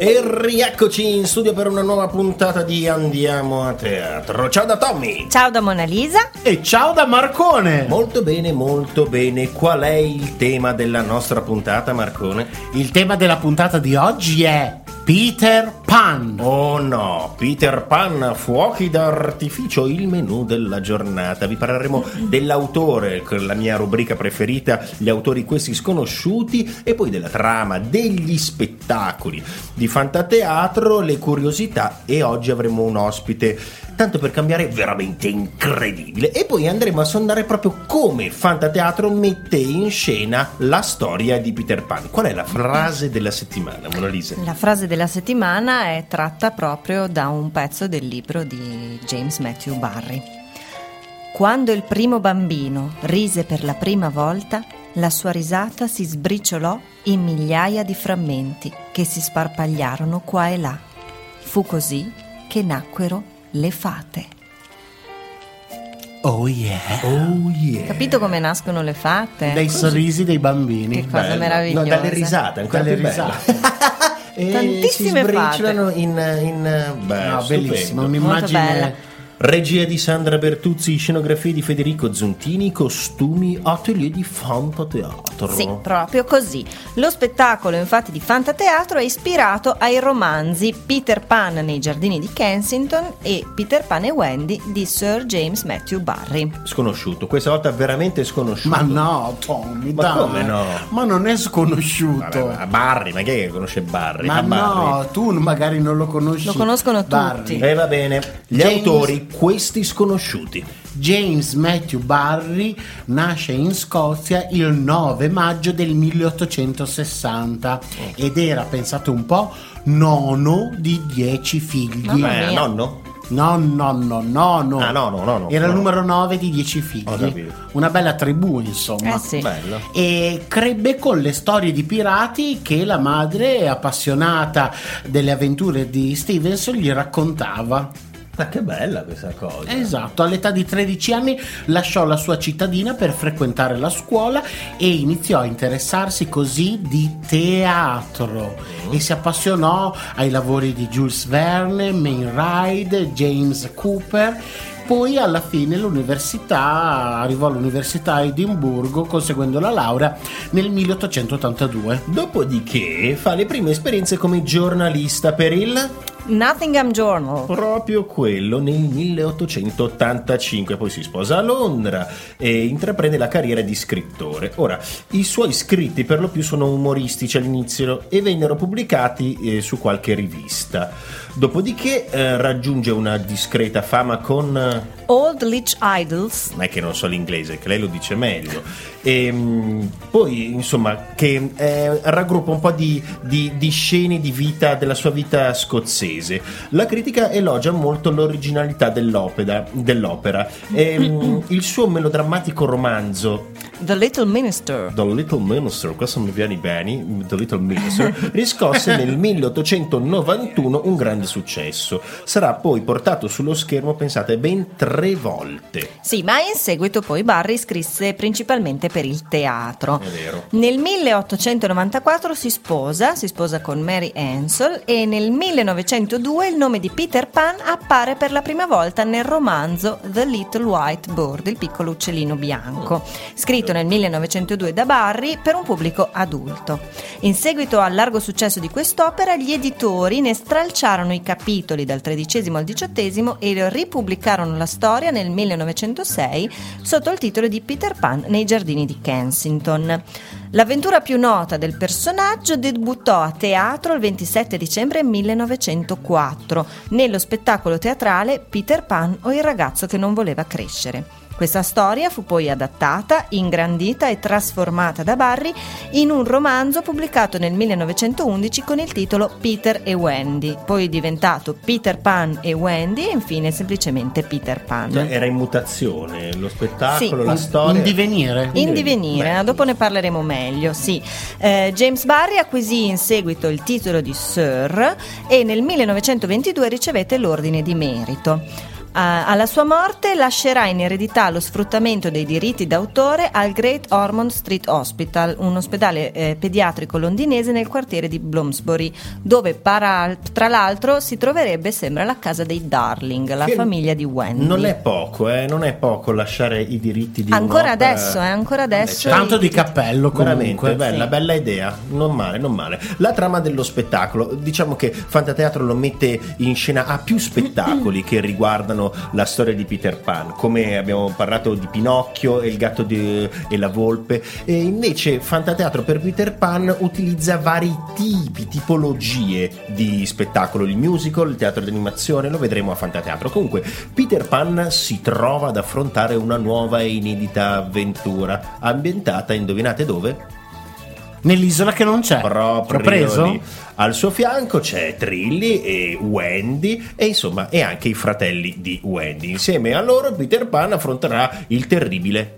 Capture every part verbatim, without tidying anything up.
E rieccoci in studio per una nuova puntata di Andiamo a Teatro. Ciao da Tommy. Ciao da Mona Lisa. E ciao da Marcone. Molto bene, molto bene. Qual è il tema della nostra puntata, Marcone? Il tema della puntata di oggi è Peter Pan. Oh no, Peter Pan, fuochi d'artificio, il menù della giornata. Vi parleremo dell'autore, la mia rubrica preferita, gli autori questi sconosciuti, e poi della trama, degli spettacoli di fantateatro, le curiosità, e oggi avremo un ospite, tanto per cambiare, veramente incredibile. E poi andremo a sondare proprio come fantateatro mette in scena la storia di Peter Pan. Qual è la frase della settimana, Mona Lisa? La frase della settimana è tratta proprio da un pezzo del libro di James Matthew Barrie. Quando il primo bambino rise per la prima volta, la sua risata si sbriciolò in migliaia di frammenti che si sparpagliarono qua e là. Fu così che nacquero le fate. Oh yeah. Oh yeah. Capito come nascono le fate? Dai sorrisi dei bambini. Che cosa Bello. meravigliosa. No, dalle risate, ancora Dalle più bello. risate. E Tantissime si sbriciolano in, in beh, No, bellissimo, stupendo. un'immagine. Molto bella. Regia di Sandra Bertuzzi, scenografia di Federico Zontini, costumi, atelier di fantateatro. Sì, proprio così. Lo spettacolo, infatti, di fantateatro è ispirato ai romanzi Peter Pan nei giardini di Kensington e Peter Pan e Wendy di Sir James Matthew Barrie. Sconosciuto, questa volta veramente sconosciuto. Ma no, Tommy, Ma dai. come no? Ma non è sconosciuto. Vabbè, ma Barry, ma chi è che conosce Barry? Ma Ah, Barry. no, tu magari non lo conosci. Lo conoscono Barry. tutti. E va bene, gli James- autori, questi sconosciuti. James Matthew Barrie nasce in Scozia il nove maggio del milleottocentosessanta ed era, pensate un po', nono di dieci figli. Mamma Eh, mia. nonno? No, no, no, no, no. Ah, no, no, no, no. Era no. il numero nove di dieci Ho figli. capito. Una bella tribù, insomma. Eh sì. Bello. E crebbe con le storie di pirati che la madre, appassionata delle avventure di Stevenson, gli raccontava. Ma che bella questa cosa. Esatto, all'età di tredici anni lasciò la sua cittadina per frequentare la scuola e iniziò a interessarsi così di teatro e si appassionò ai lavori di Jules Verne, Mayne Reid, James Cooper. Poi alla fine l'università arrivò all'università a Edimburgo, conseguendo la laurea nel milleottocentottantadue. Dopodiché fa le prime esperienze come giornalista per il... Nottingham Journal. Proprio quello nel milleottocentottantacinque, poi si sposa a Londra e intraprende la carriera di scrittore. Ora, i suoi scritti per lo più sono umoristici all'inizio e vennero pubblicati eh, su qualche rivista. Dopodiché eh, raggiunge una discreta fama con... eh, Old Leech Idols. non è che non so l'inglese, che lei lo dice meglio. E mh, poi insomma che eh, raggruppa un po' di, di, di scene di vita della sua vita scozzese. La critica elogia molto l'originalità dell'opera, dell'opera. E, mh, il suo melodrammatico romanzo The Little Minister. The Little Minister, questo mi viene bene, The Little Minister, riscosse nel milleottocentonovantuno un grande successo. Sarà poi portato sullo schermo, pensate, ben tre volte. Sì, ma in seguito poi Barrie scrisse principalmente per il teatro. È vero. Nel milleottocentonovantaquattro si sposa, si sposa con Mary Ansell e nel millenovecentodue il nome di Peter Pan appare per la prima volta nel romanzo The Little White Bird, il piccolo uccellino bianco, scritto nel millenovecentodue da Barrie per un pubblico adulto. In seguito al largo successo di quest'opera, gli editori ne stralciarono i capitoli dal tredicesimo al diciottesimo e ripubblicarono la storia nel millenovecentosei sotto il titolo di Peter Pan nei giardini di Kensington. L'avventura più nota del personaggio debuttò a teatro il ventisette dicembre millenovecentoquattro nello spettacolo teatrale Peter Pan o il ragazzo che non voleva crescere. Questa storia fu poi adattata, ingrandita e trasformata da Barrie in un romanzo pubblicato nel millenovecentoundici con il titolo Peter e Wendy, poi diventato Peter Pan e Wendy e infine semplicemente Peter Pan. Cioè, era in mutazione lo spettacolo, Sì. la storia. In divenire. In divenire, Beh. dopo ne parleremo meglio, sì. Eh, James Barrie acquisì in seguito il titolo di Sir e nel millenovecentoventidue ricevette l'ordine di merito. A- alla sua morte lascerà in eredità lo sfruttamento dei diritti d'autore al Great Ormond Street Hospital, un ospedale eh, pediatrico londinese nel quartiere di Bloomsbury, dove para- tra l'altro si troverebbe, sembra, la casa dei Darling, la Che famiglia di Wendy. Non è poco, eh, non è poco lasciare i diritti di Ancora un'opera. adesso, eh, ancora adesso. Tanto i- di cappello comunque. Veramente bella, Sì. bella idea, non male, non male. La trama dello spettacolo, diciamo che Fantateatro lo mette in scena a più spettacoli che riguardano la storia di Peter Pan, come abbiamo parlato di Pinocchio e il gatto di- e la volpe, e invece Fantateatro per Peter Pan utilizza vari tipi, tipologie di spettacolo, il musical, il teatro d'animazione, lo vedremo a Fantateatro. Comunque Peter Pan si trova ad affrontare una nuova e inedita avventura ambientata, indovinate dove? Nell'isola che non c'è. Proprio L'ho preso? lì. Al suo fianco c'è Trilly e Wendy e insomma e anche i fratelli di Wendy. Insieme a loro Peter Pan affronterà il terribile,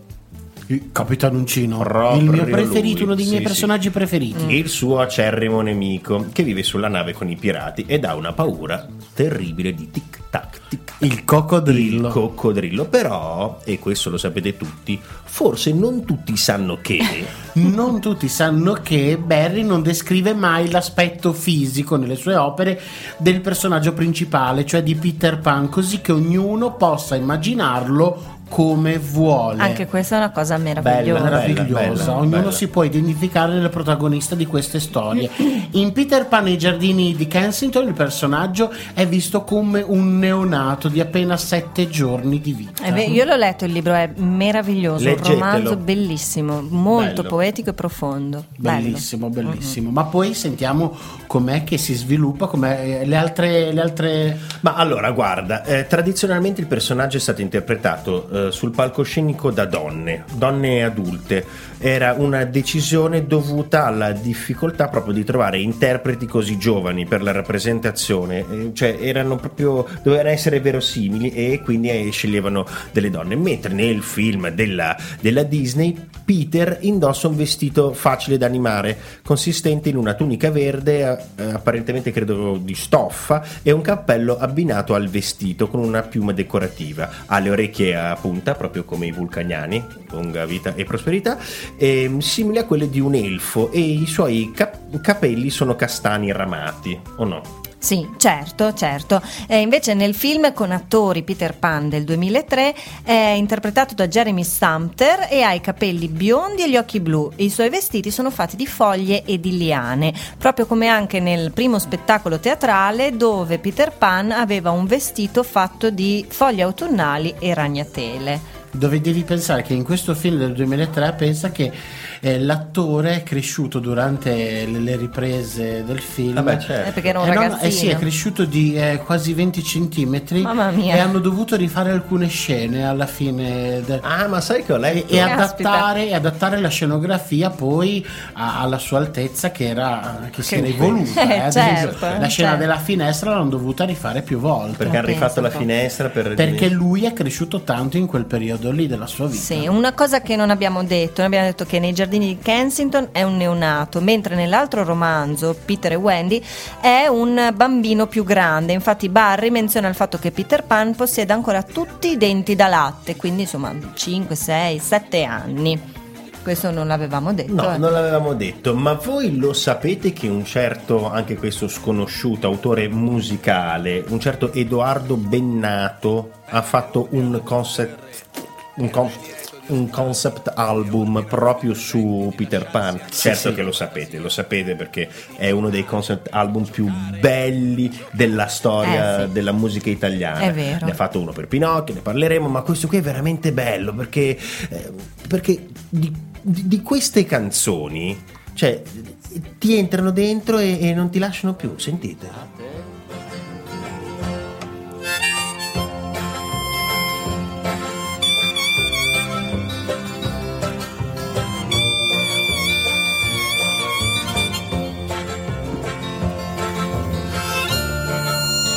Capitan Uncino, Proprio il mio preferito, lui, uno dei sì, miei sì. personaggi preferiti. il suo acerrimo nemico, che vive sulla nave con i pirati ed ha una paura terribile di tic tac tic tac. Il coccodrillo. Il coccodrillo, però, e questo lo sapete tutti, forse non tutti sanno che Non tutti sanno che Barry non descrive mai l'aspetto fisico nelle sue opere del personaggio principale, cioè di Peter Pan, così che ognuno possa immaginarlo come vuole. Anche questa è una cosa meravigliosa. Bella, Meravigliosa, bella, ognuno bella. si può identificare nel protagonista di queste storie. In Peter Pan e i giardini di Kensington il personaggio è visto come un neonato di appena sette giorni di vita. Eh beh, io l'ho letto il libro, è meraviglioso, Leggetelo. un romanzo bellissimo, molto Bello. poetico e profondo. Bellissimo, bellissimo. Ma poi sentiamo com'è che si sviluppa, com'è le altre, le altre... Ma allora, guarda, eh, tradizionalmente il personaggio è stato interpretato eh, sul palcoscenico da donne, donne adulte. Era una decisione dovuta alla difficoltà proprio di trovare interpreti così giovani per la rappresentazione, eh, cioè erano proprio, dovevano essere verosimili e quindi eh, sceglievano delle donne. Mentre nel film della, della Disney Peter indossa un vestito facile da animare, consistente in una tunica verde, eh, apparentemente credo di stoffa, e un cappello abbinato al vestito con una piuma decorativa. Ha le orecchie a punta, proprio come i vulcaniani, lunga vita e prosperità, e, simili a quelle di un elfo, e i suoi cap- capelli sono castani ramati, o no? Sì, certo, certo. E invece nel film con attori Peter Pan del duemilatré è interpretato da Jeremy Sumpter e ha i capelli biondi e gli occhi blu. I suoi vestiti sono fatti di foglie e di liane, proprio come anche nel primo spettacolo teatrale dove Peter Pan aveva un vestito fatto di foglie autunnali e ragnatele. Dove devi pensare che in questo film del duemilatré pensa che eh, l'attore è cresciuto durante le, le riprese del film. Vabbè, certo. Eh, perché era un Eh, no, no, ragazzino. eh sì, è cresciuto di eh, quasi venti centimetri. Mamma mia. E hanno dovuto rifare alcune scene alla fine del- Ah, ma sai che ho letto? e Caspita. adattare, e adattare la scenografia poi a- alla sua altezza che era che si Che- era evoluta. Eh, eh, ad certo, esempio, la certo. scena della finestra l'hanno dovuta rifare più volte. Perché hanno pensa rifatto la un po'. finestra per Perché lui è cresciuto tanto in quel periodo lì della sua vita. Sì, una cosa che non abbiamo detto, non abbiamo detto che nei giardini di Kensington è un neonato, mentre nell'altro romanzo, Peter e Wendy, è un bambino più grande. Infatti Barry menziona il fatto che Peter Pan possiede ancora tutti i denti da latte, quindi insomma cinque, sei, sette anni. Questo non l'avevamo detto. No, eh. non l'avevamo detto, ma voi lo sapete che un certo, anche questo sconosciuto autore musicale, un certo Edoardo Bennato ha fatto un concept un, con- un concept album proprio su Peter Pan? Certo sì. che lo sapete, lo sapete perché è uno dei concept album più belli della storia Eh, sì. della musica italiana. È vero. Ne ha fatto uno per Pinocchio, ne parleremo, ma questo qui è veramente bello perché, eh, perché di, di- di queste canzoni, cioè, ti entrano dentro e, e non ti lasciano più, sentite.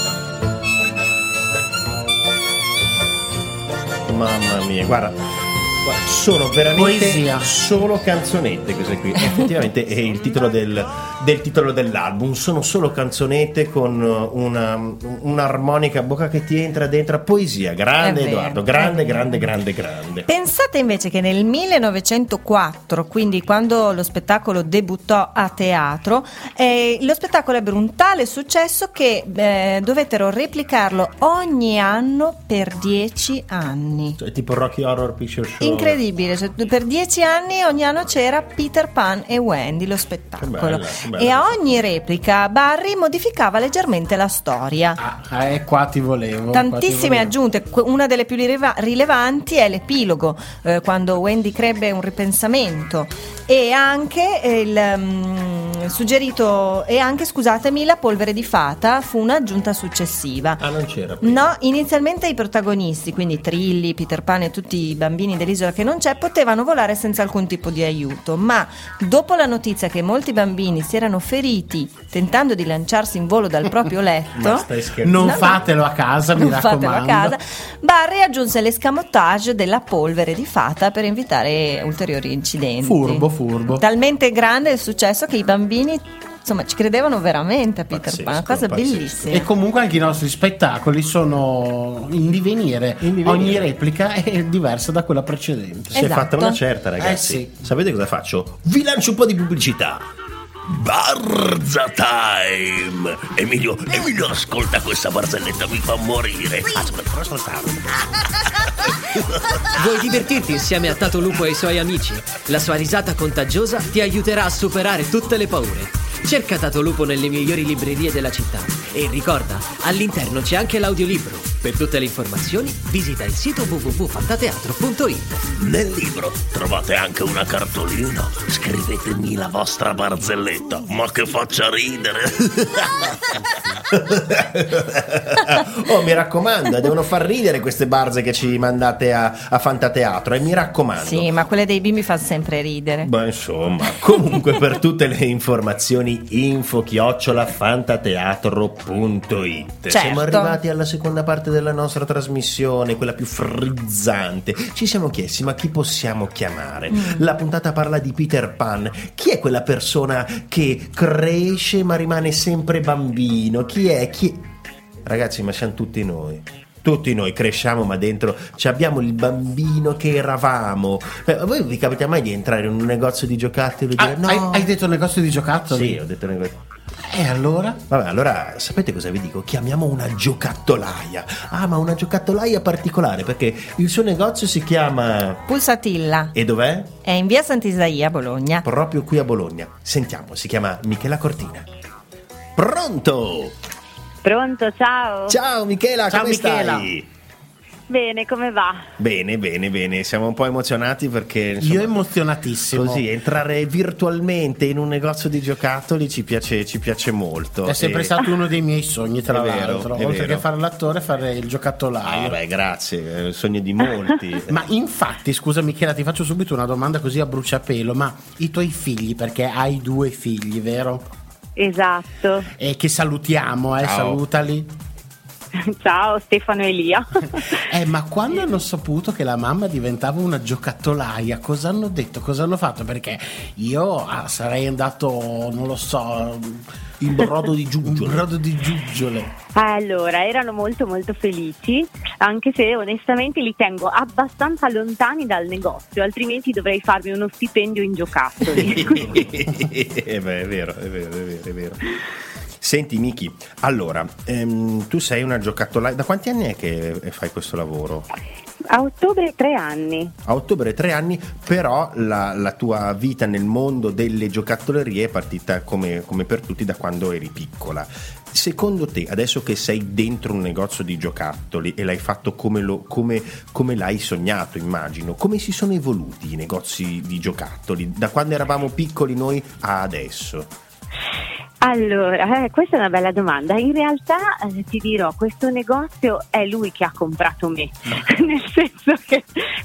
Mamma mia, guarda, Sono veramente Poesia. solo canzonette queste qui. Effettivamente è il titolo del, del titolo dell'album. Sono solo canzonette con una, un'armonica a bocca che ti entra dentro. Poesia, grande È vero, Edoardo, è grande, vero. grande, grande, grande. Pensate invece che nel millenovecentoquattro, quindi quando lo spettacolo debuttò a teatro, eh, lo spettacolo ebbe un tale successo che eh, dovettero replicarlo ogni anno per dieci anni. Cioè, tipo Rocky Horror Picture Show. Incredibile, cioè, per dieci anni ogni anno c'era Peter Pan e Wendy lo spettacolo. Che bella, che bella. E a ogni replica Barry modificava leggermente la storia. Ah, eh, qua ti volevo. Tantissime qua ti volevo. aggiunte, que- una delle più rileva- rilevanti è l'epilogo, eh, quando Wendy crebbe un ripensamento, e anche eh, il mm, suggerito, e anche, scusatemi, la polvere di fata fu un'aggiunta successiva. Ah, non c'era prima. No, inizialmente i protagonisti, quindi Trilli, Peter Pan e tutti i bambini dell'isola che non c'è, potevano volare senza alcun tipo di aiuto, ma dopo la notizia che molti bambini si erano feriti tentando di lanciarsi in volo dal proprio Ma letto, stai scherzando? Non No, no. fatelo a casa, mi non raccomando. fatelo a casa, Barry aggiunse l'escamotage della polvere di fata per evitare ulteriori incidenti. Furbo, furbo. Talmente grande il successo che i bambini, insomma, ci credevano veramente a Peter Pazzesco, Pan, una cosa pazzesco. bellissima. E comunque anche i nostri spettacoli sono in divenire. In divenire. Ogni replica è diversa da quella precedente. Si è Esatto. fatta una certa, ragazzi. Eh sì. Sapete cosa faccio? Vi lancio un po' di pubblicità. Barza Time! Emilio, Emilio, ascolta questa barzelletta, mi fa morire. Aspetta, ascoltare. Vuoi divertirti insieme a Tato Lupo e ai suoi amici? La sua risata contagiosa ti aiuterà a superare tutte le paure. Cerca Tato Lupo nelle migliori librerie della città e ricorda, all'interno c'è anche l'audiolibro. Per tutte le informazioni visita il sito w w w punto fantateatro punto it. Nel libro trovate anche una cartolina. Scrivetemi la vostra barzelletta, ma che faccia ridere. Oh, mi raccomando, devono far ridere queste barze che ci mandate a, a Fantateatro, e mi raccomando. Sì, ma quelle dei bimbi fanno sempre ridere. Beh, insomma, comunque per tutte le informazioni info chiocciola fantateatro punto it. Certo. Siamo arrivati alla seconda parte della nostra trasmissione, quella più frizzante. Ci siamo chiesti, ma chi possiamo chiamare? Mm. La puntata parla di Peter Pan. Chi è quella persona che cresce ma rimane sempre bambino? Chi è? Chi... Ragazzi, ma siamo tutti noi. Tutti noi cresciamo, ma dentro ci abbiamo il bambino che eravamo. Eh, a voi vi capita mai di entrare in un negozio di giocattoli e Ah, dire no? hai, hai detto negozio di giocattoli? Sì, ho detto negozio. E allora? Vabbè, allora sapete cosa vi dico? Chiamiamo una giocattolaia. Ah, ma una giocattolaia particolare, perché il suo negozio si chiama... Pulsatilla E dov'è? è in via Sant'Isaia a Bologna. Proprio qui a Bologna. Sentiamo, si chiama Michela Cortina. Pronto? Pronto, ciao. Ciao Michela, Ciao, come Michela. stai? Bene, come va? Bene, bene, bene. Siamo un po' emozionati perché insomma, Io emozionatissimo. così entrare virtualmente in un negozio di giocattoli ci piace, ci piace molto. È sempre E- stato uno dei miei sogni, tra È vero, l'altro. è Oltre vero. che fare l'attore, fare il Ah, giocattolaio. beh, grazie, è il sogno di molti. Ma infatti, scusa Michela, ti faccio subito una domanda così a bruciapelo. Ma i tuoi figli, perché hai due figli, vero? Esatto. E che salutiamo, eh, Ciao. salutali. Ciao Stefano e Elia. Eh, ma quando hanno saputo che la mamma diventava una giocattolaia, cosa hanno detto? Cosa hanno fatto? Perché io ah, sarei andato, non lo so, Il brodo di un giuggiole. brodo di giuggiole. Allora, erano molto molto felici, anche se onestamente li tengo abbastanza lontani dal negozio, altrimenti dovrei farmi uno stipendio in giocattoli. Eh beh, è vero, è vero, è vero, è vero. Senti Miki, allora, ehm, tu sei una giocattolaia, da quanti anni è che fai questo lavoro? A ottobre tre anni. A ottobre tre anni, però la, la tua vita nel mondo delle giocattollerie è partita come, come per tutti da quando eri piccola. Secondo te, adesso che sei dentro un negozio di giocattoli e l'hai fatto come, lo, come, come l'hai sognato, immagino, come si sono evoluti i negozi di giocattoli da quando eravamo piccoli noi a adesso? Allora, eh, questa è una bella domanda. In realtà eh, ti dirò, questo negozio è lui che ha comprato me, nel senso che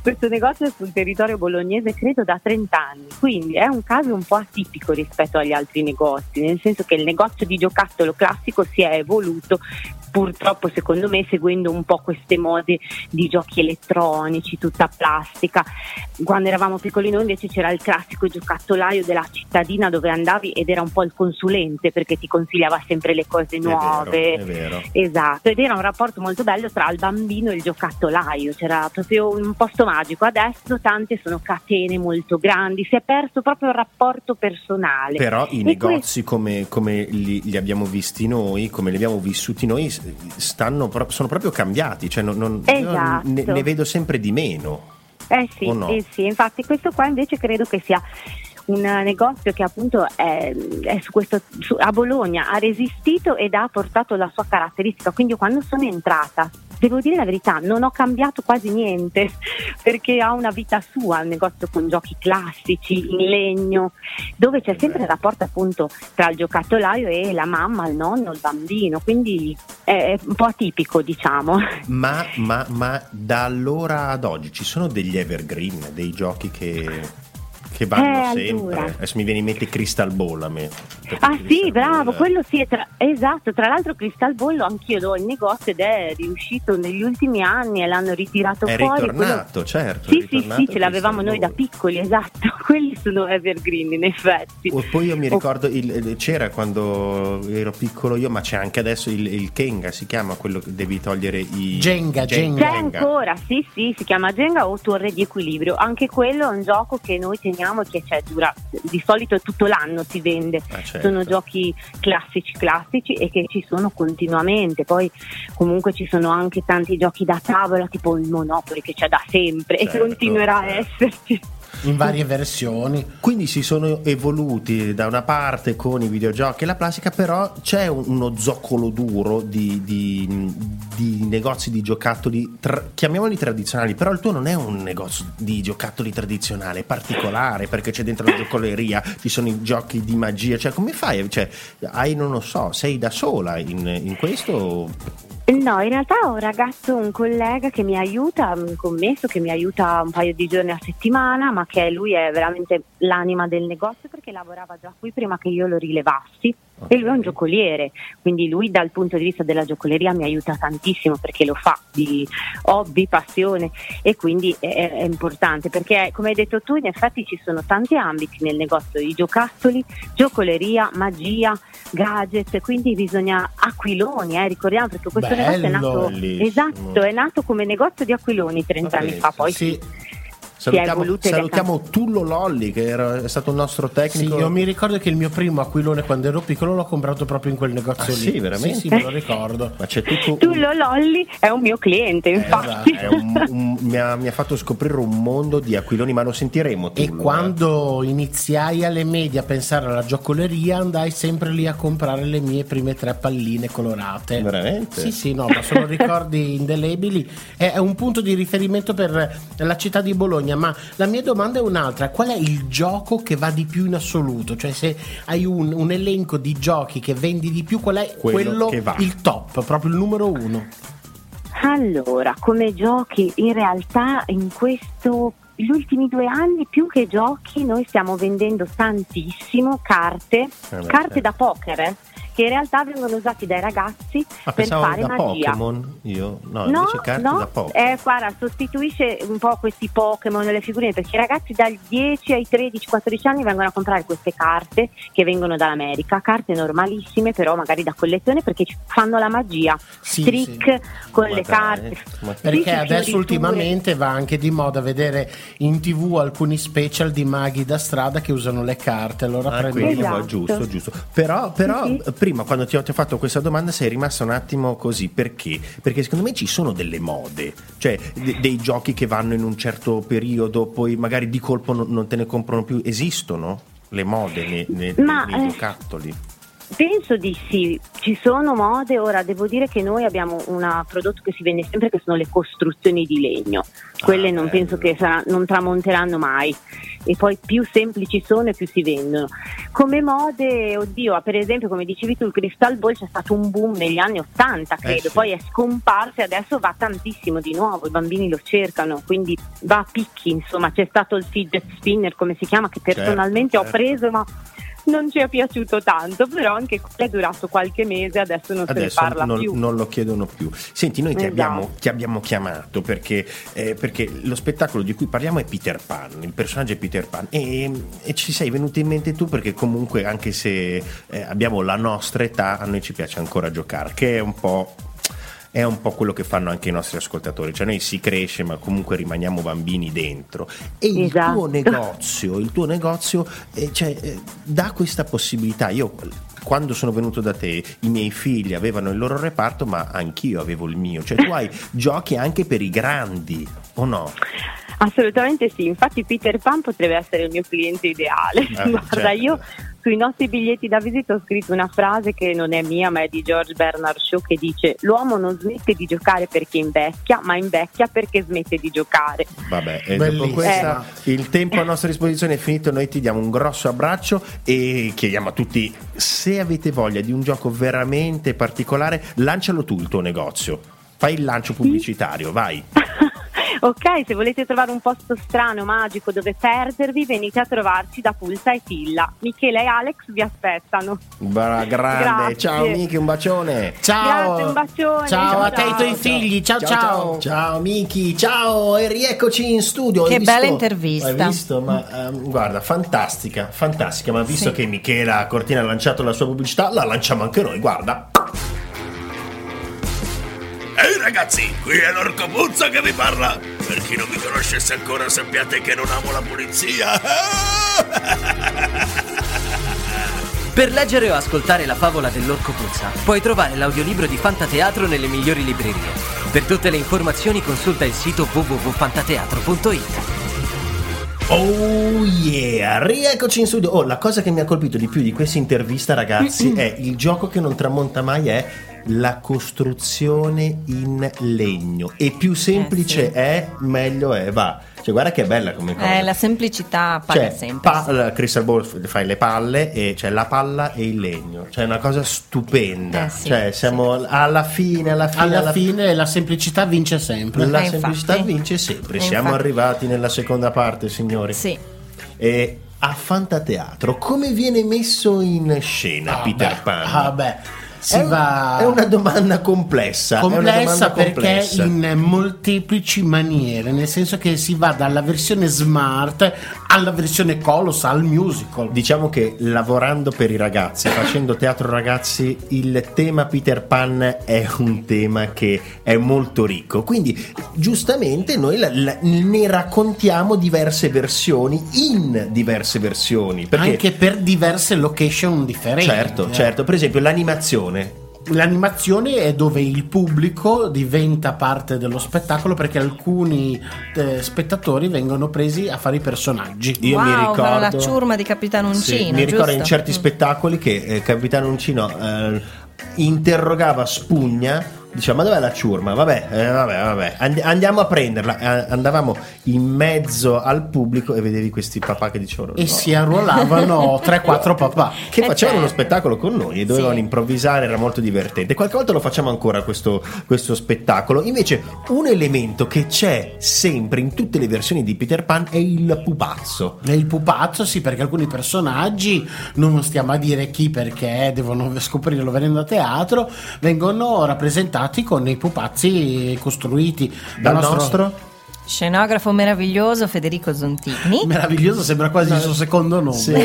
questo negozio è sul territorio bolognese credo da trenta anni, quindi è un caso un po' atipico rispetto agli altri negozi, nel senso che il negozio di giocattolo classico si è evoluto purtroppo secondo me seguendo un po' queste mode di giochi elettronici, tutta plastica. Quando eravamo piccoli noi invece c'era il classico giocattolaio della cittadina dove andavi ed era un po' il consulente perché ti consigliava sempre le cose nuove. È vero, è vero. Esatto, ed era un rapporto molto bello tra il bambino e il giocattolaio, c'era proprio un posto magico. Adesso tante sono catene molto grandi, si è perso proprio il rapporto personale. Però i E negozi come, come li, li abbiamo visti noi, come li abbiamo vissuti noi, stanno pro- sono proprio cambiati, cioè non, non, Esatto. io ne, ne vedo sempre di meno. Eh sì, O no? eh sì, infatti questo qua invece credo che sia un negozio che appunto è, è su questo, su, a Bologna ha resistito ed ha portato la sua caratteristica, quindi io quando sono entrata devo dire la verità, non ho cambiato quasi niente perché ha una vita sua, un negozio con giochi classici in legno dove c'è sempre il rapporto appunto tra il giocattolaio e la mamma, il nonno, il bambino, quindi è un po' atipico diciamo. Ma, ma, ma da allora ad oggi ci sono degli evergreen, dei giochi che, che vanno Eh, sempre. allora. Adesso mi viene in mente Crystal Ball a me. Ah sì, Crystal bravo, Ball, quello sì, è tra- esatto, tra l'altro Crystal Ball anch'io l'ho il negozio ed è riuscito negli ultimi anni e l'hanno ritirato È fuori. ritornato, quello- certo. è Sì, sì, ritornato sì, ce l'avevamo Crystal noi da Ball. piccoli, esatto, quelli sono evergreen in effetti. O poi io mi O- ricordo, il, il- c'era quando ero piccolo io, ma c'è anche adesso il, il Kenga, si chiama quello che devi togliere i... Jenga, Jenga. C'è ancora, sì, sì, si chiama Jenga o Torre di Equilibrio. Anche quello è un gioco che noi teniamo e che c'è, dura di solito tutto l'anno si vende. Ah, certo. Sono giochi classici classici e che ci sono continuamente. Poi comunque ci sono anche tanti giochi da tavola tipo il Monopoly che c'è da sempre Certo, e continuerà certo. a esserci. In varie versioni. Quindi si sono evoluti da una parte con i videogiochi e la plastica, però c'è un- uno zoccolo duro di, di- di negozi di giocattoli, tra- chiamiamoli tradizionali, però il tuo non è un negozio di giocattoli tradizionale, è particolare perché c'è dentro la giocoleria, ci sono i giochi di magia, cioè come fai? Cioè, hai, non lo so, sei da sola in, in questo? No, in realtà ho un ragazzo, un collega che mi aiuta, un commesso che mi aiuta un paio di giorni a settimana, ma che lui è veramente l'anima del negozio perché lavorava già qui prima che io lo rilevassi. E lui è un giocoliere, quindi lui dal punto di vista della giocoleria mi aiuta tantissimo perché lo fa di hobby, passione e quindi è, è importante perché come hai detto tu in effetti ci sono tanti ambiti nel negozio, i giocattoli, giocoleria, magia, gadget, quindi bisogna aquiloni, eh, ricordiamo perché questo Bello, negozio è nato, bellissimo. esatto, è nato come negozio di aquiloni trenta anni fa, poi Sì. si è Salutiamo, evoluto ed è salutiamo Tullo Lolli che era, è stato il nostro Sì, tecnico. io mi ricordo che il mio primo aquilone quando ero piccolo l'ho comprato proprio in quel negozio Ah, lì. sì, veramente? Sì, sì, me lo ricordo. Ma c'è tutto tu lo Lolli è un mio cliente infatti. È un- un- mi, ha, mi ha fatto scoprire un mondo di aquiloni, ma lo sentiremo. E Tullo, quando iniziai alle medie a pensare alla giocoleria andai sempre lì a comprare le mie prime tre palline colorate. Veramente? Sì, sì, no, ma sono ricordi indelebili. È è un punto di riferimento per la città di Bologna, ma la mia domanda è un'altra: qual è il gioco che va di più in assoluto? Cioè, se hai un, un elenco di giochi che vendi di più, qual è Quello quello, che va. il top, proprio il numero uno? Allora, come giochi, in realtà in questo gli ultimi due anni più che giochi noi stiamo vendendo tantissimo carte, Eh beh, carte certo. da poker, eh, che in realtà vengono usati dai ragazzi Ah, per pensavo fare da magia. Pokémon. Io no, No, invece carte no, da Pokémon. eh, guarda, sostituisce un po' questi Pokémon, le figurine, perché i ragazzi dal dieci ai tredici quattordici anni vengono a comprare queste carte che vengono dall'America, carte normalissime però magari da collezione perché ci fanno la magia, Sì, trick con Ma le dai, carte. ma- Sì, Perché sì, adesso fioriture. ultimamente va anche di moda vedere in tv alcuni special di maghi da strada che usano le carte. Allora Ah, prendo quindi, Esatto. no, giusto, giusto. Però, però Sì, sì. prima quando ti ho, ti ho fatto questa domanda sei rimasta un attimo così, perché? Perché secondo me ci sono delle mode, cioè de- dei giochi che vanno in un certo periodo, poi magari di colpo non, non te ne comprano più. Esistono le mode nei, nei- Ma, nei eh, giocattoli? Penso di sì, ci sono mode. Ora devo dire che noi abbiamo un prodotto che si vende sempre, che sono le costruzioni di legno. Quelle ah, non bello. penso che sarà, non tramonteranno mai, e poi più semplici sono e più si vendono. Come mode, oddio, per esempio come dicevi tu, il Crystal Ball c'è stato un boom negli anni ottanta, credo, Eh sì. poi è scomparso e adesso va tantissimo di nuovo, i bambini lo cercano, quindi va a picchi, insomma. C'è stato il fidget spinner, come si chiama, che personalmente Certo, ho preso, ma non ci è piaciuto tanto, però anche quello è durato qualche mese, adesso non se ne Adesso parla non, più. non lo chiedono più. Senti, noi ti Esatto. abbiamo, ti abbiamo chiamato perché, eh, perché lo spettacolo di cui parliamo è Peter Pan, il personaggio è Peter Pan, e, e ci sei venuto in mente tu perché comunque, anche se eh, abbiamo la nostra età, a noi ci piace ancora giocare, che è un po'... è un po' quello che fanno anche i nostri ascoltatori, cioè noi si cresce ma comunque rimaniamo bambini dentro, e il Esatto. tuo negozio il tuo negozio eh, cioè, eh, dà questa possibilità. Io quando sono venuto da te i miei figli avevano il loro reparto, ma anch'io avevo il mio, cioè tu hai giochi anche per i grandi, o no? Assolutamente sì, infatti Peter Pan potrebbe essere il mio cliente ideale. Eh, Guarda, certo. io sui nostri biglietti da visita ho scritto una frase che non è mia ma è di George Bernard Shaw, che dice: l'uomo non smette di giocare perché invecchia, ma invecchia perché smette di giocare. Vabbè, e dopo Bellissimo. questa il tempo a nostra disposizione è finito, noi ti diamo un grosso abbraccio e chiediamo a tutti, se avete voglia di un gioco veramente particolare, lancialo tu il tuo negozio, fai il lancio pubblicitario, vai. Ok, se volete trovare un posto strano, magico, dove perdervi, venite a trovarci da Pulsa e Tilla. Michele e Alex vi aspettano. Bra- grande, Grazie. ciao Miki, un bacione. Ciao. Grazie, un bacione. Ciao a te e ai tuoi Ciao. figli. Ciao ciao. ciao, ciao Miki, ciao, e rieccoci in studio. Che Hai visto? bella intervista. Hai visto? Ma ehm, guarda, fantastica, fantastica. Ma visto Sì. che Michela Cortina ha lanciato la sua pubblicità, la lanciamo anche noi, guarda. Ehi ragazzi, qui è l'Orco Puzza che vi parla. Per chi non mi conoscesse ancora, sappiate che non amo la pulizia. Per leggere o ascoltare la favola dell'Orco Puzza, puoi trovare l'audiolibro di Fantateatro nelle migliori librerie. Per tutte le informazioni consulta il sito w w w punto fantateatro punto i t. Oh yeah, rieccoci in studio. Oh, la cosa che mi ha colpito di più di questa intervista, ragazzi, è il gioco che non tramonta mai, è la costruzione in legno, e più semplice Eh, sì. è, meglio è, va. Cioè guarda che bella come cosa. Eh, la semplicità paga Cioè, sempre. pa- la Crystal Ball f- fai le palle, e c'è la palla e il legno, cioè è una cosa stupenda. Eh, sì, cioè siamo alla fine, alla fine, Alla alla fine la semplicità vince sempre. la Eh, semplicità infatti. vince sempre. Eh, Siamo infatti. arrivati nella seconda parte, signori. Sì. E a Fantateatro come viene messo in scena Ah, Peter beh, Pan? ah, beh, si è, va è una domanda complessa, è una complessa domanda perché complessa. in molteplici maniere, nel senso che si va dalla versione smart alla versione colossal musical. Diciamo che lavorando per i ragazzi, facendo teatro ragazzi, il tema Peter Pan è un tema che è molto ricco, quindi giustamente noi la- la- ne raccontiamo diverse versioni in diverse versioni, perché Anche per diverse location differenti. certo, certo, per esempio l'animazione. L'animazione è dove il pubblico diventa parte dello spettacolo, perché alcuni eh, spettatori vengono presi a fare i personaggi. Io wow, mi ricordo la ciurma di Capitano Uncino. Sì, mi ricordo giusto? in certi Mm. spettacoli che eh, Capitano Uncino eh, interrogava Spugna, diceva: ma dov'è la ciurma? Vabbè, eh, vabbè, vabbè, And- andiamo a prenderla. Eh, andavamo in mezzo al pubblico e vedevi questi papà che dicevano E no, si arruolavano tre quattro papà. che Eh, facevano uno certo. spettacolo con noi e dovevano Sì. improvvisare, era molto divertente. Qualche volta lo facciamo ancora questo, questo spettacolo. Invece un elemento che c'è sempre in tutte le versioni di Peter Pan è il pupazzo. E il pupazzo, sì, perché alcuni personaggi, non stiamo a dire chi, perché devono scoprirlo venendo a teatro, vengono rappresentati con i pupazzi costruiti Dal nostro? Scenografo meraviglioso Federico Zontini. Meraviglioso, sembra quasi il suo secondo nome. Sì,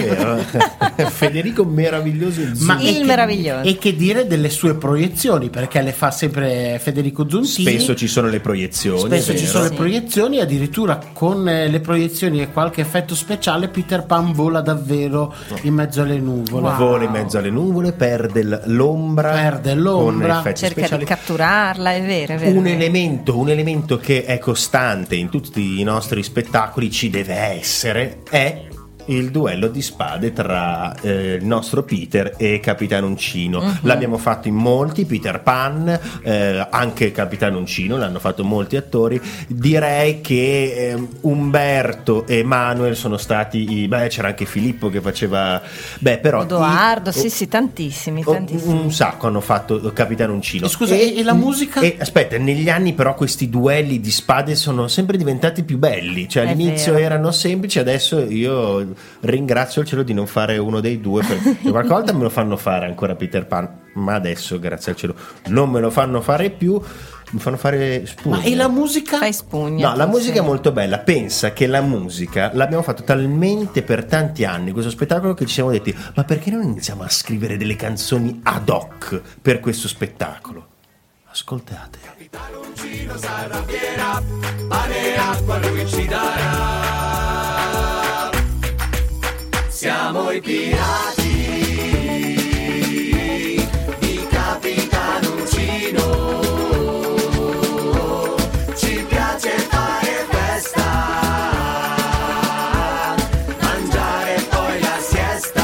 eh. Federico meraviglioso. Ma Il e che- meraviglioso. E che dire delle sue proiezioni, perché le fa sempre Federico Zontini. Spesso ci sono le proiezioni. Spesso è ci vero. sono Sì. le proiezioni, addirittura con eh, le proiezioni e qualche effetto speciale Peter Pan vola davvero in mezzo alle nuvole. Wow. Vola in mezzo alle nuvole, perde l- l'ombra, Perde l'ombra, con effetti Cerca speciali. di catturarla, è vero, è vero. Un elemento, un elemento che è costante in tutti i nostri spettacoli, ci deve essere, è il duello di spade tra eh, il nostro Peter e Capitano Uncino. Mm-hmm. L'abbiamo fatto in molti, Peter Pan, eh, anche Capitano Uncino, l'hanno fatto molti attori. Direi che eh, Umberto e Manuel sono stati i, beh, c'era anche Filippo che faceva, beh, però Edoardo, i, sì, sì, tantissimi, oh, tantissimi. un sacco hanno fatto Capitano Uncino. E scusa, e, e la musica? E aspetta, negli anni però questi duelli di spade sono sempre diventati più belli, cioè È all'inizio vero. erano semplici, adesso io ringrazio il cielo di non fare uno dei due, perché qualche volta me lo fanno fare ancora Peter Pan, ma adesso grazie al cielo non me lo fanno fare più, mi fanno fare spugna. Ma e la musica? Fai spugna. No, la tu, musica sì. è molto bella. Pensa che la musica l'abbiamo fatto talmente per tanti anni questo spettacolo che ci siamo detti: ma perché non iniziamo a scrivere delle canzoni ad hoc per questo spettacolo? Ascoltate. Capitano Uncino sarà fiera, pane e acqua lui ci darà. Siamo i pirati di Capitano Uncino. Ci piace fare festa, mangiare poi la siesta.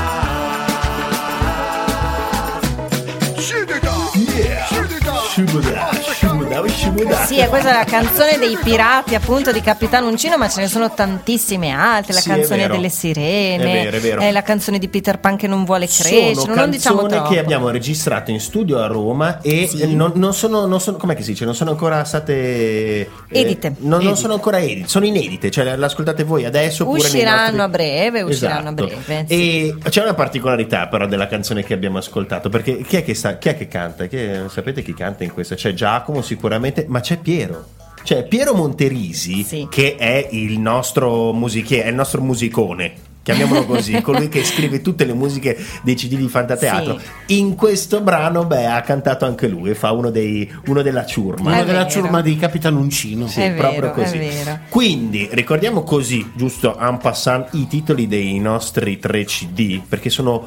Sì, e questa è la canzone dei pirati, appunto, di Capitano Uncino, ma ce ne sono tantissime altre. La Sì, è canzone vero. delle sirene, È vero, è vero. eh, la canzone di Peter Pan che non vuole crescere. Sono Non diciamo canzoni troppo. che abbiamo registrato in studio a Roma e Sì. eh, non, non sono, non sono, com'è che si dice? Non sono ancora state eh, Edite. non, non Edite. sono ancora edite, sono inedite, cioè le ascoltate voi adesso oppure nei Usciranno nostri- a breve, usciranno Esatto. a breve, sì. E c'è una particolarità però della canzone che abbiamo ascoltato, perché chi è che, sta, chi è che canta? Chi è- sapete chi canta in questa? C'è Giacomo sicuramente, ma c'è Piero. Cioè Piero Monterisi, Sì. che è il nostro musichiere, è il nostro musicone, chiamiamolo così, colui che scrive tutte le musiche dei C D di Fantateatro. Sì. In questo brano, beh, ha cantato anche lui e fa uno dei uno della ciurma. Uno È della vero. ciurma di Capitano Uncino. Sì, È proprio vero, così. è vero. Quindi ricordiamo così, giusto en passant, i titoli dei nostri tre C D, perché sono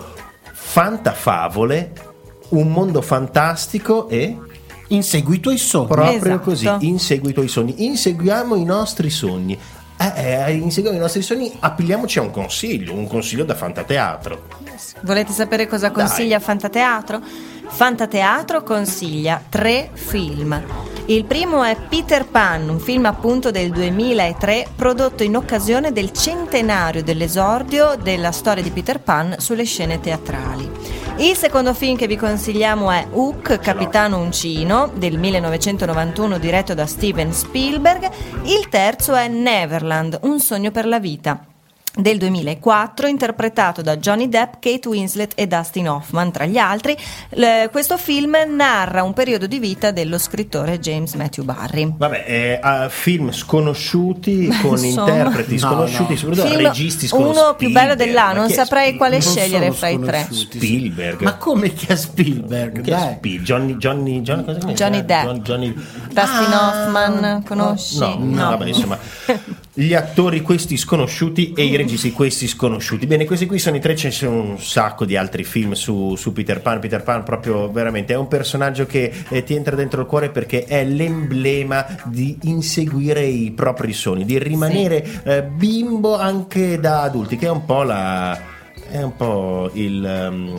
Fantafavole, Un mondo fantastico e Insegui i tuoi sogni. proprio Esatto. così, in seguito ai sogni. Inseguiamo i nostri sogni. Eh, eh, inseguiamo i nostri sogni, appigliamoci a un consiglio, un consiglio da Fantateatro. Volete sapere cosa Dai. consiglia Fantateatro? Fantateatro consiglia tre film. Il primo è Peter Pan, un film appunto del duemilatré, prodotto in occasione del centenario dell'esordio della storia di Peter Pan sulle scene teatrali. Il secondo film che vi consigliamo è Hook, Capitano Uncino, del millenovecentonovantuno, diretto da Steven Spielberg. Il terzo è Neverland, un sogno per la vita, del duemilaquattro, interpretato da Johnny Depp, Kate Winslet e Dustin Hoffman, tra gli altri. Le- questo film narra un periodo di vita dello scrittore James Matthew Barrie. Vabbè, eh, ah, film sconosciuti con insomma. interpreti No, sconosciuti, no. soprattutto Film registi sconosciuti. uno più bello dell'anno, Ma non chi è saprei Spiel- quale Non scegliere sono fra i tre. sconosciuti. Spielberg. Ma come che è Spielberg? Chi è Dai. Spiel- Johnny, Johnny, Johnny, cosa si chiama? Johnny Depp. John- Johnny- Dustin Hoffman, conosci? No, no, No. vabbè, insomma, gli attori questi sconosciuti e i registi questi sconosciuti. Bene, questi qui sono i tre, ce ne sono un sacco di altri film su, su Peter Pan. Peter Pan proprio veramente è un personaggio che eh, ti entra dentro il cuore perché è l'emblema di inseguire i propri sogni, di rimanere eh, bimbo anche da adulti, che è un po' la è un po' il um,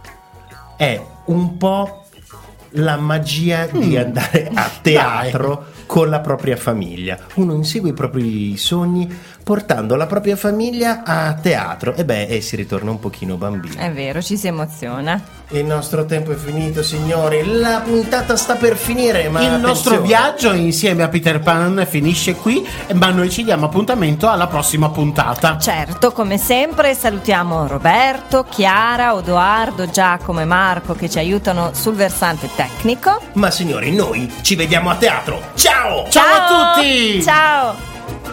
è un po' la magia di andare a teatro con la propria famiglia. Uno insegue i propri sogni portando la propria famiglia a teatro e beh, e si ritorna un pochino bambini. È vero, ci si emoziona. Il nostro tempo è finito, signori. La puntata sta per finire, ma Il nostro attenzione. viaggio insieme a Peter Pan finisce qui, ma noi ci diamo appuntamento alla prossima puntata. Certo, come sempre salutiamo Roberto, Chiara, Odoardo, Giacomo e Marco che ci aiutano sul versante tecnico. Ma signori, noi ci vediamo a teatro. Ciao! Ciao a tutti! Ciao!